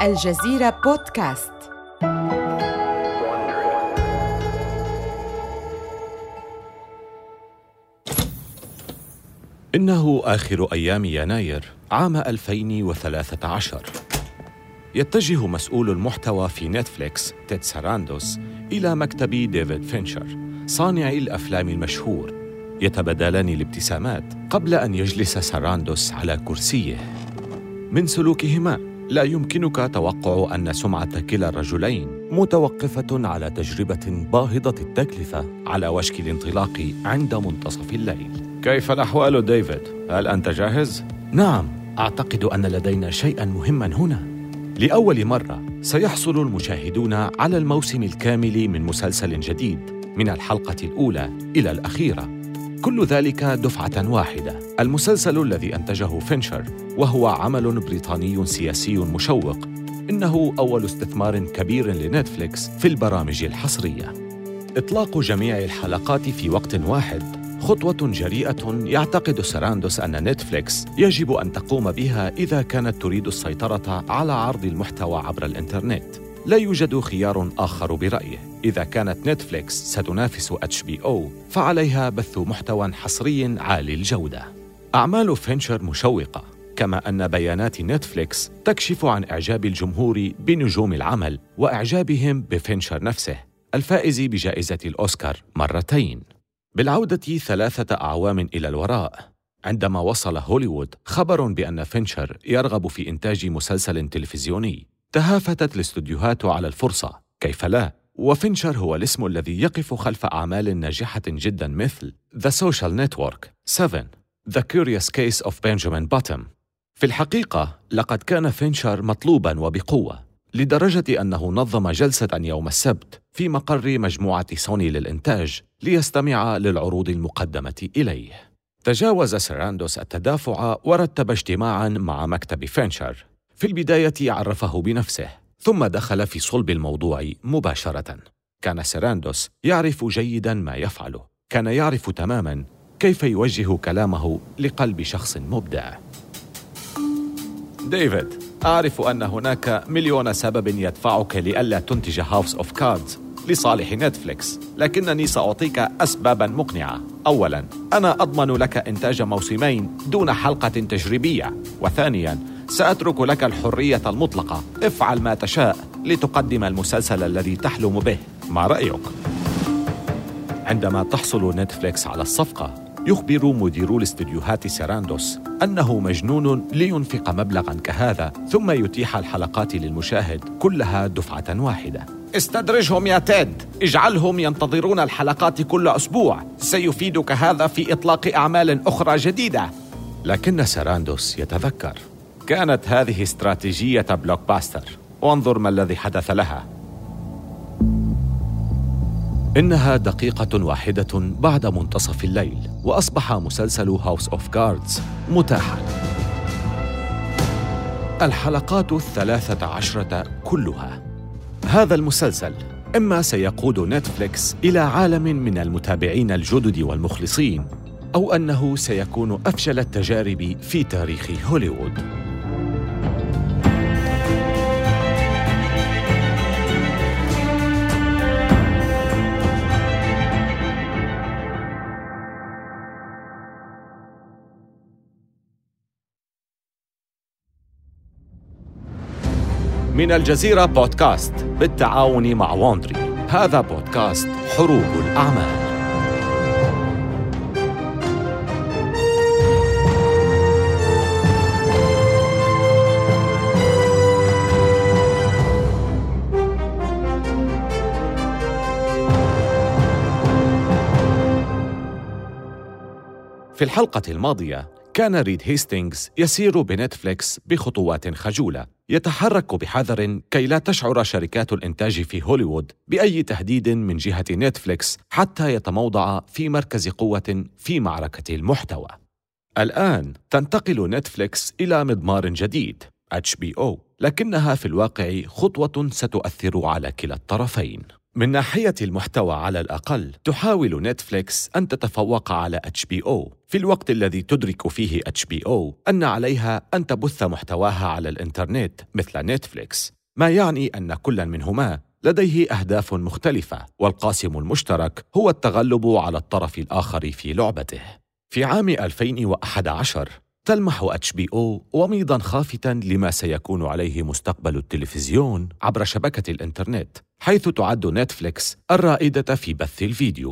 الجزيرة بودكاست. إنه آخر أيام يناير عام 2013. يتجه مسؤول المحتوى في نتفليكس تيد ساراندوس إلى مكتب ديفيد فينشر صانع الأفلام المشهور. يتبادلان الابتسامات قبل أن يجلس ساراندوس على كرسيه. من سلوكهما لا يمكنك توقع أن سمعة كلا الرجلين متوقفة على تجربة باهظة التكلفة على وشك الانطلاق عند منتصف الليل. كيف الأحوال ديفيد؟ هل أنت جاهز؟ نعم، أعتقد أن لدينا شيئاً مهماً هنا. لأول مرة سيحصل المشاهدون على الموسم الكامل من مسلسل جديد من الحلقة الأولى إلى الأخيرة، كل ذلك دفعة واحدة. المسلسل الذي أنتجه فينشر وهو عمل بريطاني سياسي مشوق، إنه أول استثمار كبير لنتفليكس في البرامج الحصرية. إطلاق جميع الحلقات في وقت واحد خطوة جريئة يعتقد ساراندوس أن نتفليكس يجب أن تقوم بها إذا كانت تريد السيطرة على عرض المحتوى عبر الإنترنت. لا يوجد خيار آخر برأيه. إذا كانت نتفليكس ستنافس HBO فعليها بث محتوى حصري عالي الجودة. أعمال فينشر مشوقة، كما أن بيانات نتفليكس تكشف عن إعجاب الجمهور بنجوم العمل وإعجابهم بفينشر نفسه الفائز بجائزة الأوسكار مرتين. بالعودة 3 أعوام إلى الوراء، عندما وصل هوليوود خبر بأن فينشر يرغب في إنتاج مسلسل تلفزيوني، تهافتت الاستوديوهات على الفرصة. كيف لا؟ وفينشر هو الاسم الذي يقف خلف أعمال ناجحة جدا مثل The Social Network, 7, The Curious Case of Benjamin Button. في الحقيقة لقد كان فينشر مطلوبا وبقوة، لدرجة أنه نظم جلسة يوم السبت في مقر مجموعة سوني للإنتاج ليستمع للعروض المقدمة إليه. تجاوز ساراندوس التدافع ورتب اجتماعاً مع مكتب فينشر. في البداية عرفه بنفسه، ثم دخل في صلب الموضوع مباشرة. كان ساراندوس يعرف جيداً ما يفعله، كان يعرف تماماً كيف يوجه كلامه لقلب شخص مبدع. ديفيد، أعرف أن هناك مليون سبب يدفعك لألا تنتج هاوس أوف كاردز لصالح نتفليكس، لكنني سأعطيك أسباباً مقنعة. أولاً، أنا أضمن لك إنتاج موسمين دون حلقة تجريبية، وثانياً، سأترك لك الحرية المطلقة. افعل ما تشاء لتقدم المسلسل الذي تحلم به. ما رأيك؟ عندما تحصل نتفليكس على الصفقة، يخبر مدير الاستديوهات ساراندوس أنه مجنون لينفق مبلغاً كهذا ثم يتيح الحلقات للمشاهد كلها دفعة واحدة. استدرجهم يا تيد، اجعلهم ينتظرون الحلقات كل أسبوع، سيفيدك هذا في إطلاق أعمال أخرى جديدة. لكن ساراندوس يتذكر، كانت هذه استراتيجية بلوك باستر، وانظر ما الذي حدث لها. إنها دقيقة واحدة بعد منتصف الليل، وأصبح مسلسل هاوس أوف كاردز متاحاً. الحلقات 13 كلها. هذا المسلسل إما سيقود نتفليكس إلى عالم من المتابعين الجدد والمخلصين، أو أنه سيكون أفشل التجارب في تاريخ هوليوود. من الجزيرة بودكاست بالتعاون مع ووندري. هذا بودكاست حروب الأعمال. في الحلقة الماضية كان ريد هيستينغز يسير بنتفليكس بخطوات خجولة، يتحرك بحذر كي لا تشعر شركات الإنتاج في هوليوود بأي تهديد من جهة نتفليكس حتى يتموضع في مركز قوة في معركة المحتوى. الآن تنتقل نتفليكس إلى مضمار جديد HBO، لكنها في الواقع خطوة ستؤثر على كلا الطرفين. من ناحية المحتوى على الأقل، تحاول نتفليكس أن تتفوق على HBO في الوقت الذي تدرك فيه HBO أن عليها أن تبث محتواها على الإنترنت مثل نتفليكس، ما يعني أن كل منهما لديه أهداف مختلفة، والقاسم المشترك هو التغلب على الطرف الآخر في لعبته. في عام 2011 تلمح HBO وميضاً خافتاً لما سيكون عليه مستقبل التلفزيون عبر شبكة الإنترنت، حيث تعد نتفليكس الرائدة في بث الفيديو.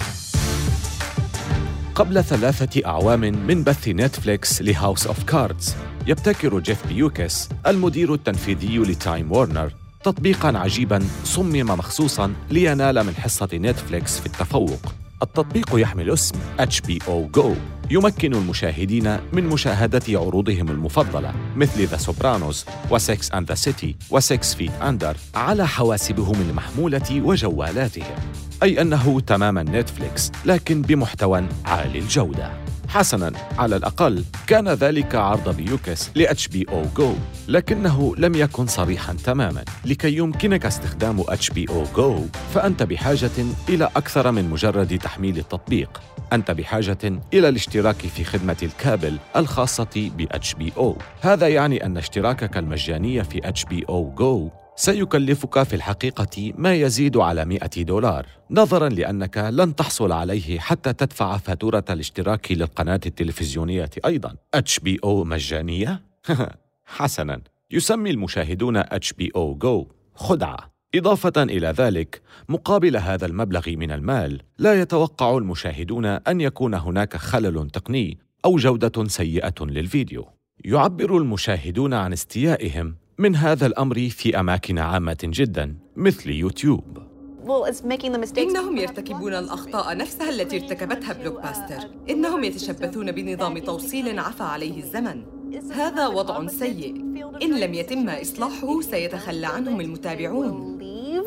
قبل 3 أعوام من بث نتفليكس لهاوس أوف كاردز، يبتكر جيف بيوكس المدير التنفيذي لتايم وورنر تطبيقاً عجيباً صمم مخصوصاً لينال من حصة نتفليكس في التفوق. التطبيق يحمل اسم HBO Go، يمكن المشاهدين من مشاهدة عروضهم المفضلة مثل The Sopranos وSex and the City و6 Feet Under على حواسبهم المحمولة وجوالاتهم، أي أنه تماماً نتفليكس لكن بمحتوى عالي الجودة. حسناً، على الأقل كان ذلك عرض بيوكس لHBO Go، لكنه لم يكن صريحاً تماماً. لكي يمكنك استخدام HBO Go فأنت بحاجة إلى أكثر من مجرد تحميل التطبيق. أنت بحاجة إلى الاشتراك في خدمة الكابل الخاصة بHBO. هذا يعني أن اشتراكك المجاني في HBO Go سيكلفك في الحقيقة ما يزيد على $100، نظراً لأنك لن تحصل عليه حتى تدفع فاتورة الاشتراك للقناة التلفزيونية أيضاً. HBO مجانية؟ حسناً، يسمي المشاهدون HBO Go خدعة. إضافة إلى ذلك، مقابل هذا المبلغ من المال، لا يتوقع المشاهدون أن يكون هناك خلل تقني أو جودة سيئة للفيديو. يعبر المشاهدون عن استيائهم من هذا الأمر في أماكن عامة جداً مثل يوتيوب. إنهم يرتكبون الأخطاء نفسها التي ارتكبتها بلوك باستر. إنهم يتشبثون بنظام توصيل عفى عليه الزمن. هذا وضع سيء، إن لم يتم إصلاحه سيتخلى عنهم المتابعون.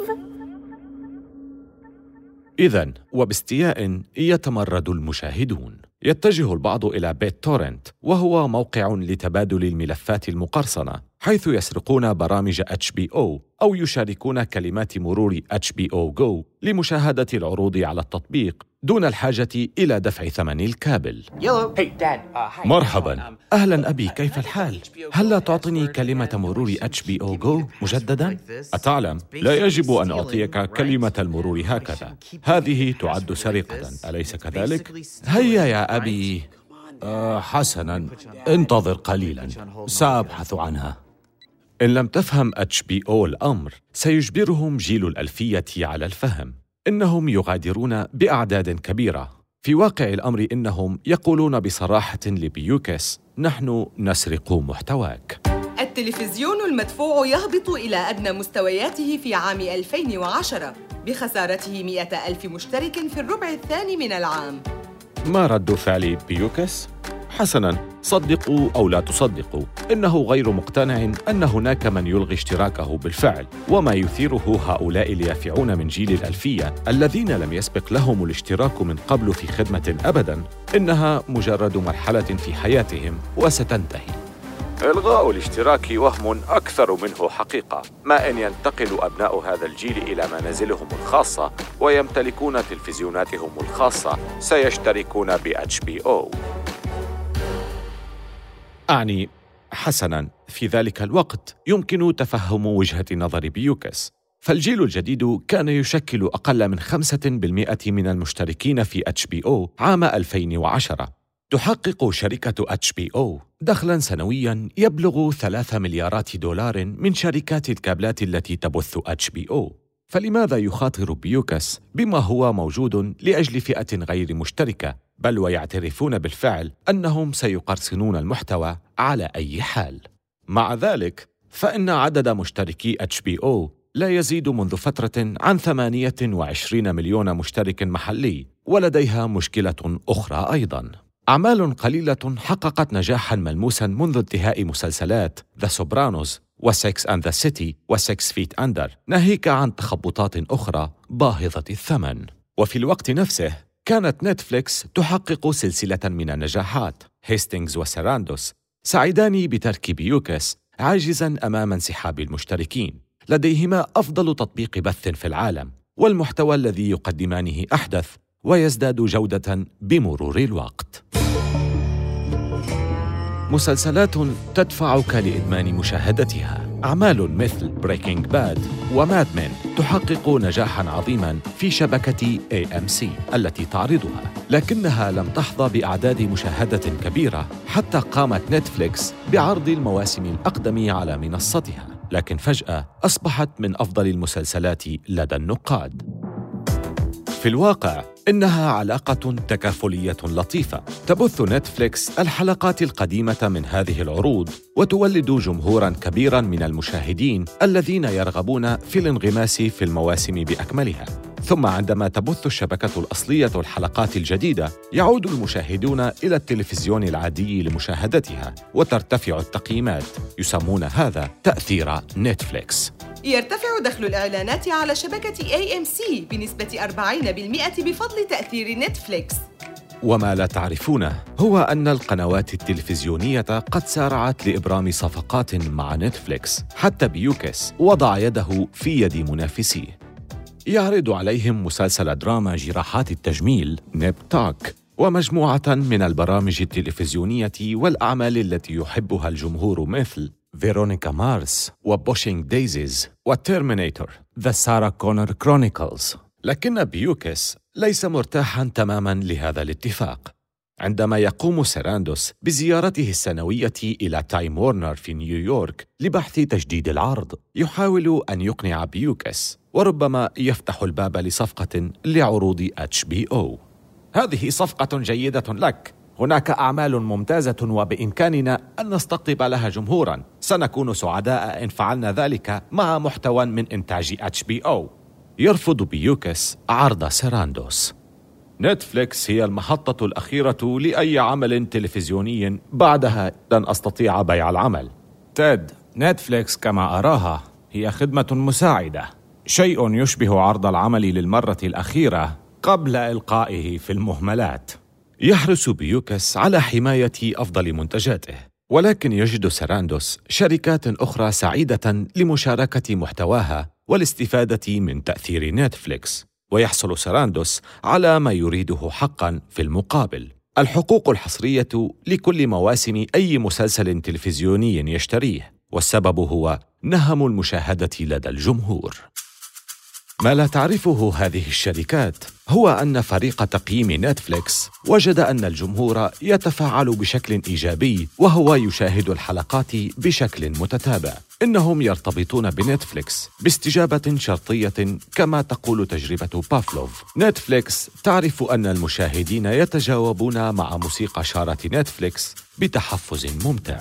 إذن وباستياء يتمرد المشاهدون. يتجه البعض إلى بيت تورنت، وهو موقع لتبادل الملفات المقرصنة، حيث يسرقون برامج HBO أو يشاركون كلمات مرور HBO Go لمشاهدة العروض على التطبيق دون الحاجة إلى دفع ثمن الكابل. مرحباً، أهلاً أبي، كيف الحال؟ هل لا تعطيني كلمة مرور HBO Go مجدداً؟ أتعلم، لا يجب أن أعطيك كلمة المرور هكذا، هذه تعد سرقة، أليس كذلك؟ هيا يا أبي. حسناً، انتظر قليلاً، سأبحث عنها. إن لم تفهم HBO الأمر، سيجبرهم جيل الألفية على الفهم. إنهم يغادرون بأعداد كبيرة. في واقع الأمر إنهم يقولون بصراحة لبيوكس: نحن نسرق محتواك. التلفزيون المدفوع يهبط إلى أدنى مستوياته في عام 2010 بخسارته 100,000 مشترك في الربع الثاني من العام. ما رد فعل بيوكس؟ حسناً، صدقوا أو لا تصدقوا، إنه غير مقتنع أن هناك من يلغي اشتراكه بالفعل. وما يثيره هؤلاء اليافعون من جيل الألفية الذين لم يسبق لهم الاشتراك من قبل في خدمة أبداً، إنها مجرد مرحلة في حياتهم وستنتهي. إلغاء الاشتراك وهم أكثر منه حقيقة، ما إن ينتقل أبناء هذا الجيل إلى منازلهم الخاصة ويمتلكون تلفزيوناتهم الخاصة سيشتركون بHBO. أعني حسناً، في ذلك الوقت يمكن تفهم وجهة نظر بيوكس، فالجيل الجديد كان يشكل أقل من 5% من المشتركين في HBO عام 2010. تحقق شركة HBO دخلاً سنوياً يبلغ $3 مليار من شركات الكابلات التي تبث HBO. فلماذا يخاطر بيوكس بما هو موجود لأجل فئة غير مشتركة، بل ويعترفون بالفعل أنهم سيقرصنون المحتوى على أي حال؟ مع ذلك، فإن عدد مشتركي HBO لا يزيد منذ فترة عن 28 مليون مشترك محلي، ولديها مشكلة أخرى أيضاً. أعمال قليلة حققت نجاحاً ملموساً منذ انتهاء مسلسلات The Sopranos و6 and the City و6 Feet Under، ناهيك عن تخبطات أخرى باهظة الثمن. وفي الوقت نفسه كانت نتفليكس تحقق سلسلة من النجاحات. هيستينغز وسيراندوس سعيدان بترك بيوكس عاجزاً أمام انسحاب المشتركين. لديهما أفضل تطبيق بث في العالم، والمحتوى الذي يقدمانه أحدث ويزداد جودة بمرور الوقت. مسلسلات تدفعك لإدمان مشاهدتها. أعمال مثل بريكنج باد وماد مين تحقق نجاحاً عظيماً في شبكة AMC التي تعرضها، لكنها لم تحظى بأعداد مشاهدة كبيرة حتى قامت نتفليكس بعرض المواسم الأقدم على منصتها، لكن فجأة أصبحت من أفضل المسلسلات لدى النقاد. في الواقع إنها علاقة تكافلية لطيفة. تبث نتفليكس الحلقات القديمة من هذه العروض وتولد جمهوراً كبيراً من المشاهدين الذين يرغبون في الانغماس في المواسم بأكملها. ثم عندما تبث الشبكة الأصلية الحلقات الجديدة، يعود المشاهدون إلى التلفزيون العادي لمشاهدتها وترتفع التقييمات. يسمون هذا تأثير نتفليكس. يرتفع دخل الإعلانات على شبكة AMC بنسبة 40% بفضل تأثير نتفليكس. وما لا تعرفونه هو أن القنوات التلفزيونية قد سارعت لإبرام صفقات مع نتفليكس، حتى بيوكس وضع يده في يد منافسيه. يعرض عليهم مسلسل دراما جراحات التجميل نيب توك ومجموعة من البرامج التلفزيونية والأعمال التي يحبها الجمهور مثل فيرونيكا مارس وبوشينج دايزيز وتيرمينيتور ذا سارة كونر كرونيكلز. لكن بيوكس ليس مرتاحاً تماماً لهذا الاتفاق. عندما يقوم سيراندوس بزيارته السنوية إلى تايم وورنر في نيويورك لبحث تجديد العرض، يحاول أن يقنع بيوكس وربما يفتح الباب لصفقة لعروض HBO. هذه صفقة جيدة لك. هناك أعمال ممتازة وبإمكاننا أن نستقطب لها جمهوراً. سنكون سعداء إن فعلنا ذلك مع محتوى من إنتاج HBO. يرفض بيوكس عرض سيراندوس. نتفليكس هي المحطة الأخيرة لأي عمل تلفزيوني، بعدها لن أستطيع بيع العمل. تيد، نتفليكس كما أراها هي خدمة مساعدة، شيء يشبه عرض العمل للمرة الأخيرة قبل إلقائه في المهملات. يحرص بيوكس على حماية أفضل منتجاته، ولكن يجد سيراندوس شركات أخرى سعيدة لمشاركة محتواها والاستفادة من تأثير نتفليكس، ويحصل سيراندوس على ما يريده حقاً في المقابل: الحقوق الحصرية لكل مواسم أي مسلسل تلفزيوني يشتريه، والسبب هو نهم المشاهدة لدى الجمهور. ما لا تعرفه هذه الشركات هو أن فريق تقييم نتفليكس وجد أن الجمهور يتفاعل بشكل إيجابي وهو يشاهد الحلقات بشكل متتابع. إنهم يرتبطون بنتفليكس باستجابة شرطية كما تقول تجربة بافلوف. نتفليكس تعرف أن المشاهدين يتجاوبون مع موسيقى شارة نتفليكس بتحفز ممتع.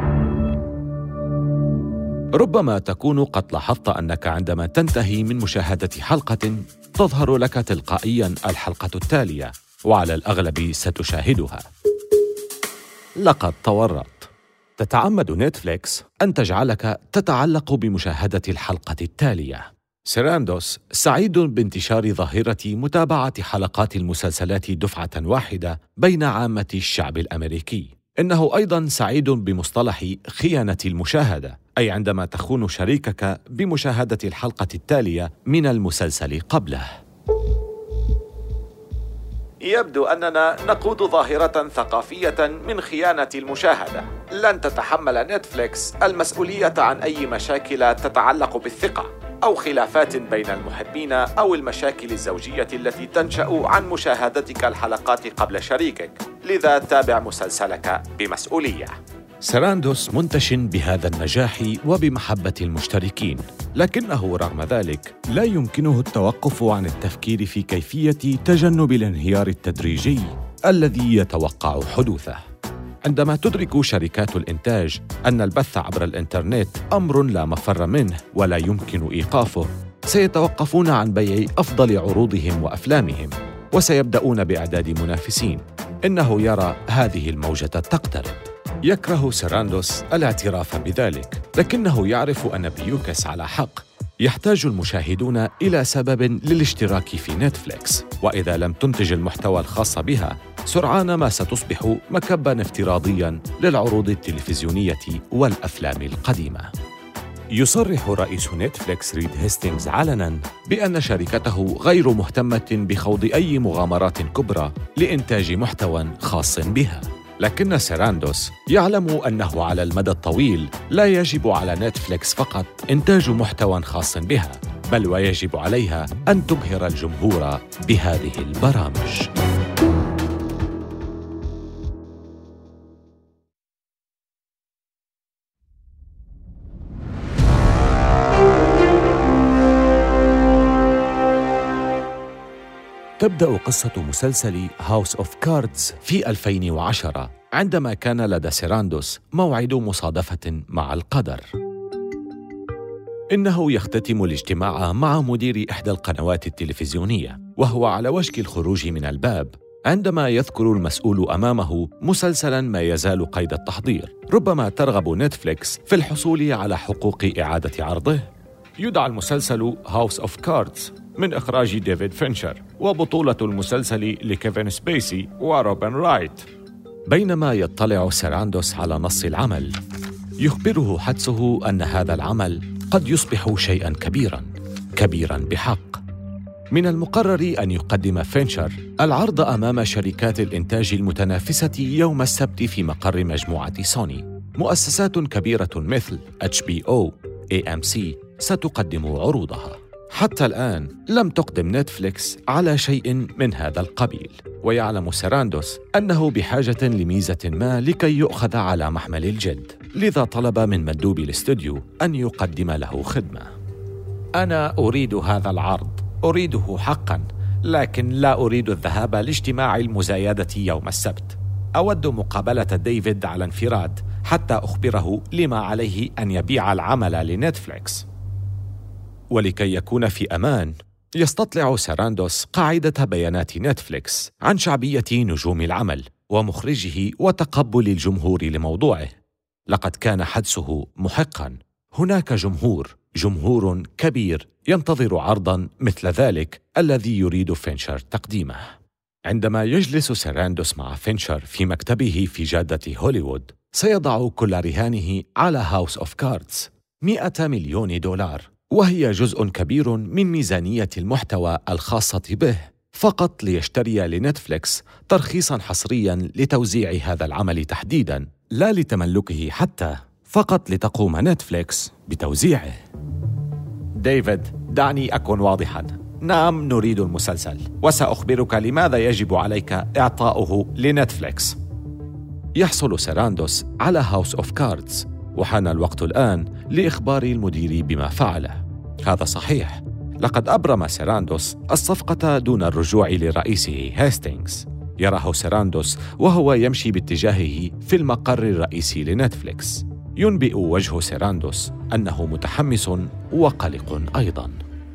ربما تكون قد لاحظت أنك عندما تنتهي من مشاهدة حلقة تظهر لك تلقائياً الحلقة التالية، وعلى الأغلب ستشاهدها. لقد تورطت. تتعمد نتفليكس أن تجعلك تتعلق بمشاهدة الحلقة التالية. سيراندوس سعيد بانتشار ظاهرة متابعة حلقات المسلسلات دفعة واحدة بين عامة الشعب الأمريكي. إنه أيضاً سعيد بمصطلح خيانة المشاهدة، أي عندما تخون شريكك بمشاهدة الحلقة التالية من المسلسل قبله. يبدو أننا نقود ظاهرة ثقافية من خيانة المشاهدة. لن تتحمل نتفليكس المسؤولية عن أي مشاكل تتعلق بالثقة أو خلافات بين المحبين أو المشاكل الزوجية التي تنشأ عن مشاهدتك الحلقات قبل شريكك، لذا تابع مسلسلك بمسؤولية. سيراندوس منتش بهذا النجاح وبمحبة المشتركين، لكنه رغم ذلك لا يمكنه التوقف عن التفكير في كيفية تجنب الانهيار التدريجي الذي يتوقع حدوثه. عندما تدرك شركات الإنتاج أن البث عبر الإنترنت أمر لا مفر منه ولا يمكن إيقافه، سيتوقفون عن بيع أفضل عروضهم وأفلامهم، وسيبدأون بإعداد منافسين. إنه يرى هذه الموجة تقترب. يكره سيراندوس الاعتراف بذلك، لكنه يعرف أن بيوكس على حق. يحتاج المشاهدون إلى سبب للاشتراك في نتفليكس، وإذا لم تنتج المحتوى الخاص بها سرعان ما ستصبح مكباً افتراضياً للعروض التلفزيونية والأفلام القديمة. يصرح رئيس نتفليكس ريد هيستينغز علناً بأن شركته غير مهتمة بخوض أي مغامرات كبرى لإنتاج محتوى خاص بها. لكن سيراندوس يعلم أنه على المدى الطويل لا يجب على نتفليكس فقط إنتاج محتوى خاص بها، بل ويجب عليها أن تبهر الجمهور بهذه البرامج. تبدأ قصة مسلسل هاوس أوف كاردز في 2010 عندما كان لدى سيراندوس موعد مصادفة مع القدر. إنه يختتم الاجتماع مع مدير إحدى القنوات التلفزيونية وهو على وشك الخروج من الباب عندما يذكر المسؤول أمامه مسلسلاً ما يزال قيد التحضير، ربما ترغب نتفليكس في الحصول على حقوق إعادة عرضه. يدعى المسلسل هاوس أوف كاردز من إخراج ديفيد فينشر، وبطولة المسلسل لكيفن سبيسي وروبن رايت. بينما يطلع سيراندوس على نص العمل يخبره حدسه أن هذا العمل قد يصبح شيئاً كبيراً بحق. من المقرر أن يقدم فينشر العرض أمام شركات الإنتاج المتنافسة يوم السبت في مقر مجموعة سوني. مؤسسات كبيرة مثل HBO، AMC ستقدم عروضها. حتى الآن لم تقدم نتفليكس على شيء من هذا القبيل، ويعلم سيراندوس أنه بحاجة لميزة ما لكي يؤخذ على محمل الجد، لذا طلب من مندوب الاستوديو أن يقدم له خدمة. أنا أريد هذا العرض، أريده حقاً، لكن لا أريد الذهاب لاجتماع المزايدة يوم السبت. أود مقابلة ديفيد على انفراد حتى أخبره لما عليه أن يبيع العمل لنتفليكس. ولكي يكون في أمان يستطلع سيراندوس قاعدة بيانات نتفليكس عن شعبية نجوم العمل ومخرجه وتقبل الجمهور لموضوعه. لقد كان حدسه محقاً. هناك جمهور كبير ينتظر عرضاً مثل ذلك الذي يريد فينشر تقديمه. عندما يجلس سيراندوس مع فينشر في مكتبه في جادة هوليوود سيضع كل رهانه على هاوس أوف كاردز، $100 مليون، وهي جزء كبير من ميزانية المحتوى الخاصة به، فقط ليشتري لنتفليكس ترخيصاً حصرياً لتوزيع هذا العمل تحديداً، لا لتملكه حتى، فقط لتقوم نتفليكس بتوزيعه. ديفيد، دعني أكون واضحاً. نعم، نريد المسلسل، وسأخبرك لماذا يجب عليك إعطاؤه لنتفليكس. يحصل سيراندوس على هاوس أوف كاردز، وحان الوقت الآن لإخبار المدير بما فعله. هذا صحيح، لقد أبرم سيراندوس الصفقة دون الرجوع لرئيسه هيستينغز. يراه سيراندوس وهو يمشي باتجاهه في المقر الرئيسي لنتفليكس. ينبئ وجه سيراندوس أنه متحمس وقلق أيضاً.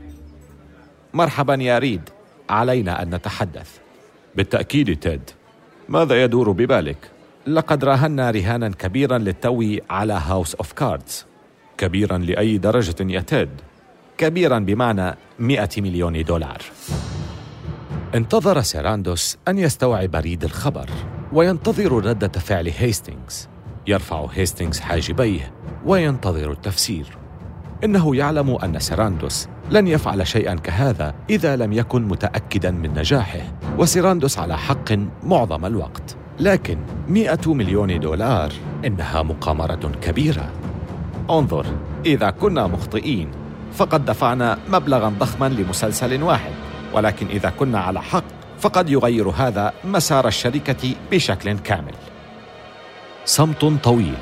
مرحباً يا ريد، علينا أن نتحدث. بالتأكيد تيد، ماذا يدور ببالك؟ لقد راهنا رهاناً كبيراً للتو على هاوس أوف كاردز. كبيراً لأي درجة يا تيد؟ كبيراً بمعنى $100 مليون. انتظر سيراندوس أن يستوعب ريد الخبر وينتظر ردة فعل هيستينغز. يرفع هيستينغز حاجبيه وينتظر التفسير. إنه يعلم أن سيراندوس لن يفعل شيئاً كهذا إذا لم يكن متأكداً من نجاحه، وسيراندوس على حق معظم الوقت. لكن $100 مليون إنها مقامرة كبيرة. انظر، إذا كنا مخطئين فقد دفعنا مبلغاً ضخماً لمسلسل واحد، ولكن إذا كنا على حق فقد يغير هذا مسار الشركة بشكل كامل. صمت طويل،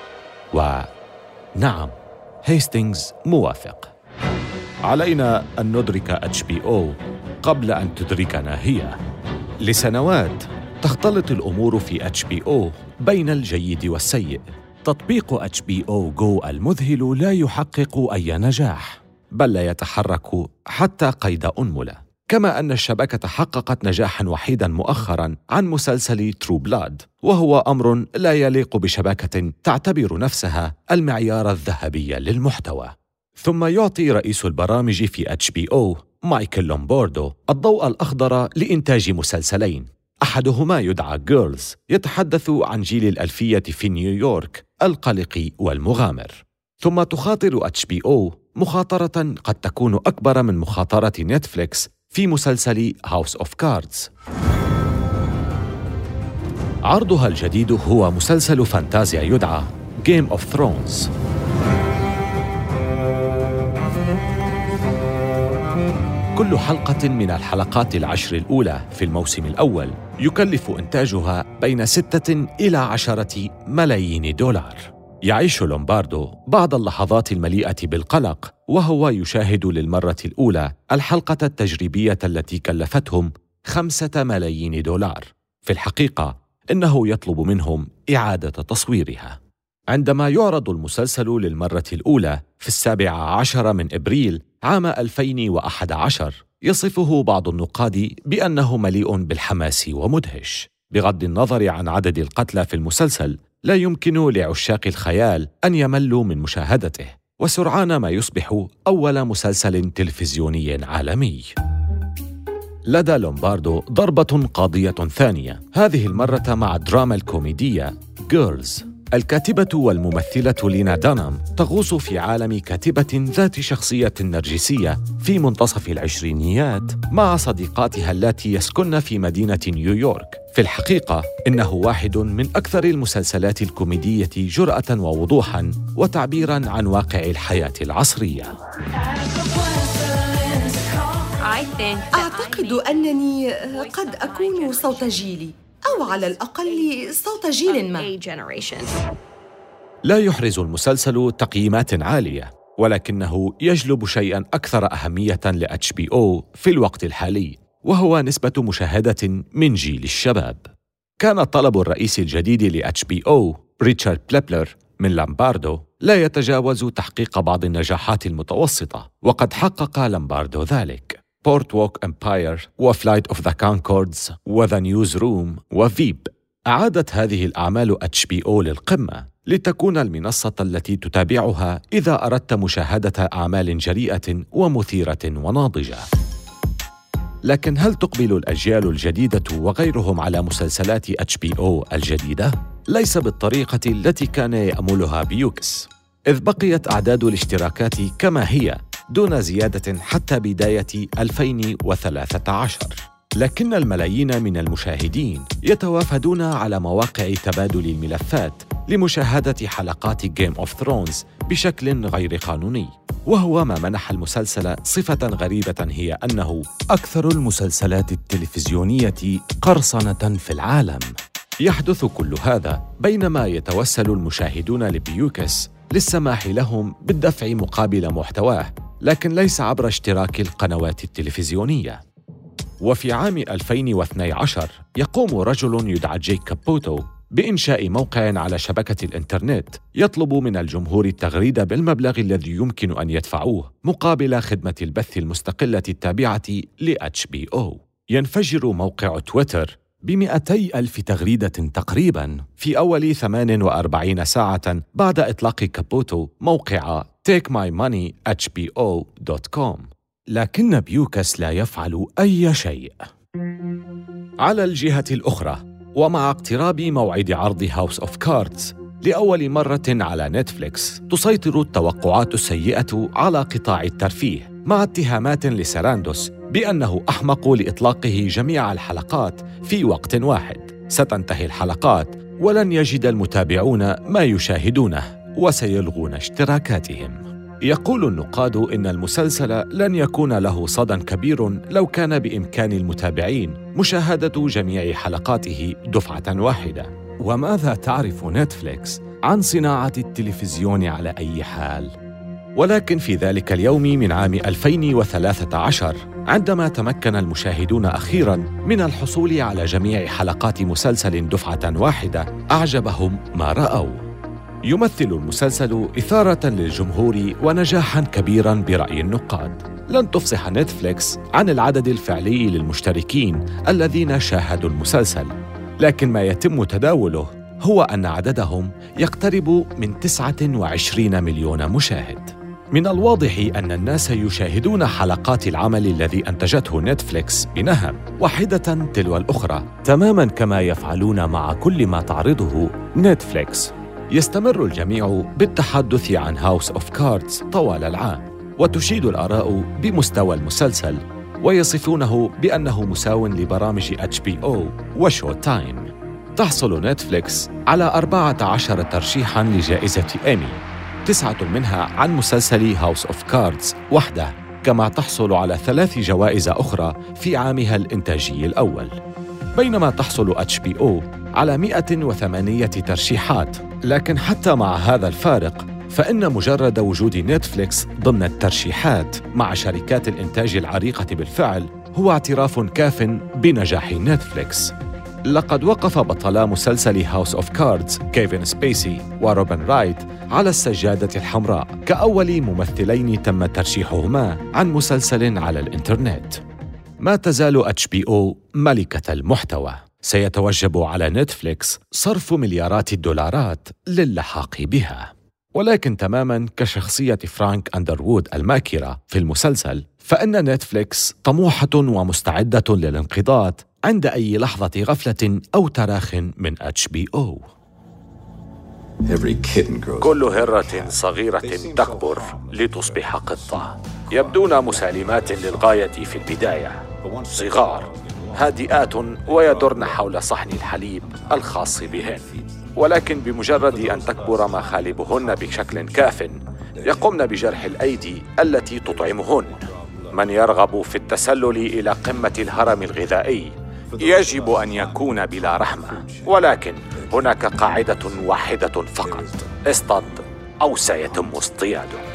ونعم، هيستينغز موافق. علينا أن ندرك HBO قبل أن تدركنا هي. لسنوات تختلط الأمور في HBO بين الجيد والسيء. تطبيق HBO Go المذهل لا يحقق أي نجاح، بل لا يتحرك حتى قيد أنملة. كما أن الشبكة حققت نجاحاً وحيداً مؤخراً عن مسلسل ترو بلاد، وهو أمر لا يليق بشبكة تعتبر نفسها المعيار الذهبي للمحتوى. ثم يعطي رئيس البرامج في HBO مايكل لومباردو الضوء الأخضر لإنتاج مسلسلين، أحدهما يدعى جيرلز، يتحدث عن جيل الألفية في نيويورك القلق والمغامر. ثم تخاطر HBO مخاطرة قد تكون أكبر من مخاطرة نتفليكس في مسلسل هاوس أوف كاردز. عرضها الجديد هو مسلسل فانتازيا يدعى Game of Thrones. كل حلقة من الحلقات 10 الأولى في الموسم الأول يكلف إنتاجها بين 6 إلى 10 ملايين دولار. يعيش لومباردو بعض اللحظات المليئة بالقلق وهو يشاهد للمرة الأولى الحلقة التجريبية التي كلفتهم 5 ملايين دولار. في الحقيقة إنه يطلب منهم إعادة تصويرها. عندما يعرض المسلسل للمرة الأولى في 17 من إبريل عام 2011 يصفه بعض النقاد بأنه مليء بالحماس ومدهش. بغض النظر عن عدد القتلى في المسلسل، لا يمكن لعشاق الخيال أن يملوا من مشاهدته، وسرعان ما يصبح أول مسلسل تلفزيوني عالمي. لدى لومباردو ضربة قاضية ثانية، هذه المرة مع الدراما الكوميدية Girls. الكاتبة والممثلة لينا دانام تغوص في عالم كاتبة ذات شخصية نرجسية في منتصف العشرينيات مع صديقاتها اللاتي يسكن في مدينة نيويورك. في الحقيقة إنه واحد من أكثر المسلسلات الكوميدية جرأة ووضوحاً وتعبيراً عن واقع الحياة العصرية. أعتقد أنني قد أكون صوت جيلي، أو على الأقل صوت جيل ما. لا يحرز المسلسل تقييمات عالية، ولكنه يجلب شيئاً أكثر أهمية لHBO في الوقت الحالي، وهو نسبة مشاهدة من جيل الشباب. كان الطلب الرئيسي الجديد لHBO ريتشارد بليبلر من لامباردو لا يتجاوز تحقيق بعض النجاحات المتوسطة، وقد حقق لامباردو ذلك. بورت ووك إمباير وفلايت أوف ذا كونكوردز وذا نيوز روم وفيب. أعادت هذه الأعمال HBO للقمة لتكون المنصة التي تتابعها إذا أردت مشاهدة أعمال جريئة ومثيرة وناضجة. لكن هل تقبل الأجيال الجديدة وغيرهم على مسلسلات HBO الجديدة؟ ليس بالطريقة التي كان يأملها بيوكس، إذ بقيت أعداد الاشتراكات كما هي دون زيادة حتى بداية 2013. لكن الملايين من المشاهدين يتوافدون على مواقع تبادل الملفات لمشاهدة حلقات Game of Thrones بشكل غير قانوني، وهو ما منح المسلسل صفة غريبة، هي أنه أكثر المسلسلات التلفزيونية قرصنة في العالم. يحدث كل هذا بينما يتوسل المشاهدون لبيوكس للسماح لهم بالدفع مقابل محتواه، لكن ليس عبر اشتراك القنوات التلفزيونية. وفي عام 2012 يقوم رجل يدعى جيك كابوتو بإنشاء موقع على شبكة الإنترنت يطلب من الجمهور التغريد بالمبلغ الذي يمكن أن يدفعوه مقابل خدمة البث المستقلة التابعة لHBO. ينفجر موقع تويتر ب200,000 تغريدة تقريباً في أول 48 ساعة بعد إطلاق كابوتو موقع takemymoney@hbo.com. لكن بيوكس لا يفعل أي شيء. على الجهة الأخرى، ومع اقتراب موعد عرض هاوس أوف كاردز لأول مرة على نتفليكس، تسيطر التوقعات السيئة على قطاع الترفيه مع اتهامات لساراندوس بأنه أحمق لإطلاقه جميع الحلقات في وقت واحد. ستنتهي الحلقات ولن يجد المتابعون ما يشاهدونه وسيلغون اشتراكاتهم. يقول النقاد إن المسلسل لن يكون له صدى كبير لو كان بإمكان المتابعين مشاهدة جميع حلقاته دفعة واحدة. وماذا تعرف نتفليكس عن صناعة التلفزيون على أي حال؟ ولكن في ذلك اليوم من عام 2013 عندما تمكن المشاهدون أخيراً من الحصول على جميع حلقات مسلسل دفعة واحدة، أعجبهم ما رأوا. يمثل المسلسل إثارة للجمهور ونجاحاً كبيراً برأي النقاد. لن تفصح نتفليكس عن العدد الفعلي للمشتركين الذين شاهدوا المسلسل، لكن ما يتم تداوله هو أن عددهم يقترب من 29 مليون مشاهد. من الواضح أن الناس يشاهدون حلقات العمل الذي أنتجته نتفليكس بنهم واحدة تلو الأخرى، تماماً كما يفعلون مع كل ما تعرضه نتفليكس. يستمر الجميع بالتحدث عن هاوس أوف كاردز طوال العام، وتشيد الآراء بمستوى المسلسل، ويصفونه بأنه مساو لبرامج HBO وشو تايم. تحصل نتفليكس على 14 ترشيحاً لجائزة إيمي، 9 منها عن مسلسل هاوس أوف كاردز وحده، كما تحصل على 3 جوائز أخرى في عامها الإنتاجي الأول. بينما تحصل HBO على 108 ترشيحات، لكن حتى مع هذا الفارق فإن مجرد وجود نتفليكس ضمن الترشيحات مع شركات الإنتاج العريقة بالفعل هو اعتراف كاف بنجاح نتفليكس. لقد وقف بطلا مسلسل هاوس أوف كاردز كيفن سبيسي وروبن رايت على السجادة الحمراء كأول ممثلين تم ترشيحهما عن مسلسل على الإنترنت. ما تزال HBO ملكة المحتوى. سيتوجب على نتفليكس صرف مليارات الدولارات للحاق بها. ولكن تماماً كشخصية فرانك أندروود الماكرة في المسلسل، فإن نتفليكس طموحة ومستعدة للانقضاض عند أي لحظة غفلة أو تراخ من HBO. كل هرة صغيرة تكبر لتصبح قطة. يبدون مسالمات للغاية في البداية، صغار هادئات ويدرن حول صحن الحليب الخاص بهن، ولكن بمجرد أن تكبر مخالبهن بشكل كاف يقمن بجرح الأيدي التي تطعمهن. من يرغب في التسلل إلى قمة الهرم الغذائي يجب أن يكون بلا رحمة، ولكن هناك قاعدة واحدة فقط: اصطد أو سيتم اصطيادك.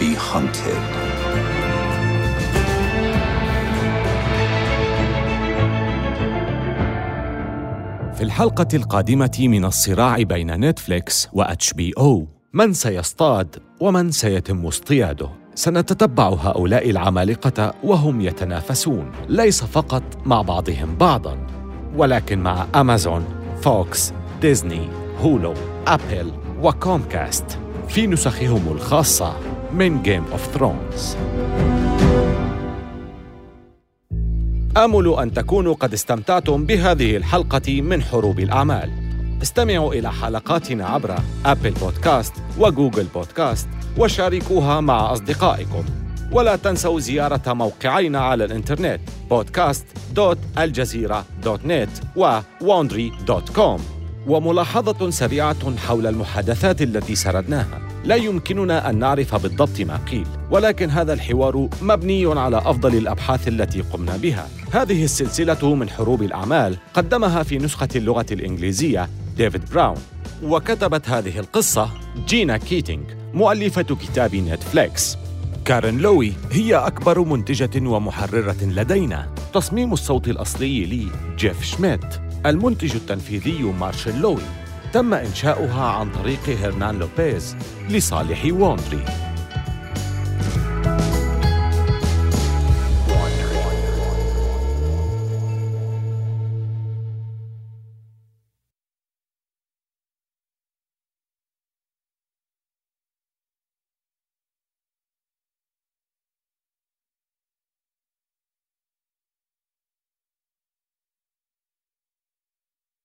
في الحلقة القادمة من الصراع بين نتفليكس وHBO، من سيصطاد ومن سيتم اصطياده؟ سنتتبع هؤلاء العمالقة وهم يتنافسون، ليس فقط مع بعضهم بعضاً، ولكن مع أمازون، فوكس، ديزني، هولو، أبل وكومكاست في نسخهم الخاصة من Game of Thrones. آمل أن تكونوا قد استمتعتم بهذه الحلقة من حروب الأعمال. استمعوا إلى حلقاتنا عبر أبل بودكاست وجوجل بودكاست وشاركوها مع أصدقائكم. ولا تنسوا زيارة موقعينا على الإنترنت podcast.aljazeera.net وwandry.com. وملاحظة سريعة حول المحادثات التي سردناها: لا يمكننا أن نعرف بالضبط ما قيل، ولكن هذا الحوار مبني على أفضل الأبحاث التي قمنا بها. هذه السلسلة من حروب الأعمال قدمها في نسخة اللغة الإنجليزية ديفيد براون، وكتبت هذه القصة جينا كيتينغ مؤلفة كتاب نتفليكس. كارين لوي هي أكبر منتجة ومحررة لدينا. تصميم الصوت الأصلي لي جيف شميت. المنتج التنفيذي مارشال لوي. تم إنشاؤها عن طريق هرنان لوبيز لصالح واندري.